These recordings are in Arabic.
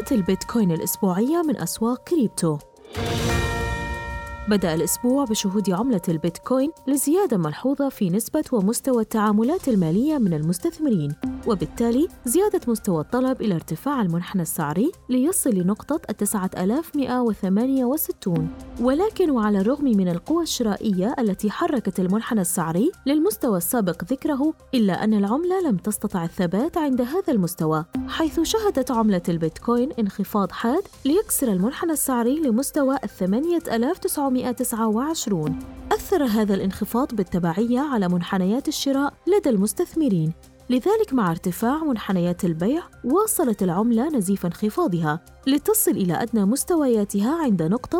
تداولات البيتكوين الأسبوعية من أسواق كريبتو. بدأ الأسبوع بشهود عملة البيتكوين لزيادة ملحوظة في نسبة ومستوى التعاملات المالية من المستثمرين، وبالتالي زيادة مستوى الطلب إلى ارتفاع المنحنى السعري ليصل لنقطة 9168. ولكن وعلى الرغم من القوى الشرائية التي حركت المنحنى السعري للمستوى السابق ذكره، إلا أن العملة لم تستطع الثبات عند هذا المستوى، حيث شهدت عملة البيتكوين انخفاض حاد ليكسر المنحنى السعري لمستوى 8929. أثر هذا الانخفاض بالتبعية على منحنيات الشراء لدى المستثمرين، لذلك مع ارتفاع منحنيات البيع واصلت العملة نزيف انخفاضها لتصل إلى أدنى مستوياتها عند نقطة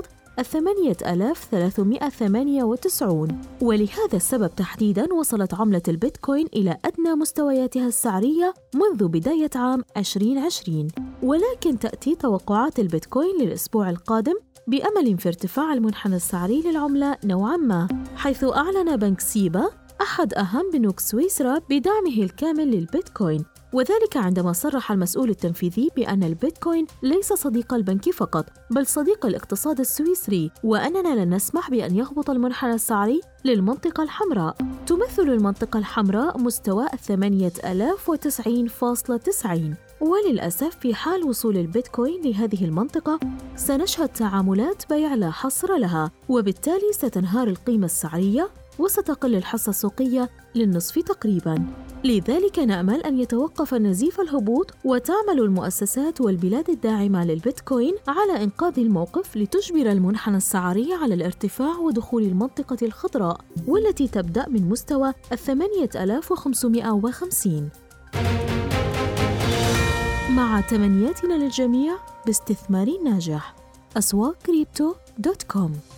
8398. ولهذا السبب تحديداً وصلت عملة البيتكوين إلى أدنى مستوياتها السعرية منذ بداية عام 2020. ولكن تأتي توقعات البيتكوين للأسبوع القادم بأمل في ارتفاع المنحنى السعري للعملة نوعاً ما، حيث أعلن بنك سيبا أحد أهم بنوك سويسرا بدعمه الكامل للبيتكوين، وذلك عندما صرح المسؤول التنفيذي بأن البيتكوين ليس صديق البنك فقط، بل صديق الاقتصاد السويسري، وأننا لن نسمح بأن يهبط المنحنى السعري للمنطقة الحمراء. تمثل المنطقة الحمراء مستوى 8090.90، وللأسف في حال وصول البيتكوين لهذه المنطقة سنشهد تعاملات بيع لا حصر لها، وبالتالي ستنهار القيمة السعرية وستقل الحصة السوقية للنصف تقريباً. لذلك نأمل أن يتوقف نزيف الهبوط وتعمل المؤسسات والبلاد الداعمة للبيتكوين على إنقاذ الموقف لتجبر المنحنى السعري على الارتفاع ودخول المنطقة الخضراء، والتي تبدأ من مستوى 8550. مع تمنياتنا للجميع باستثمار ناجح. أسواق كريبتو.com.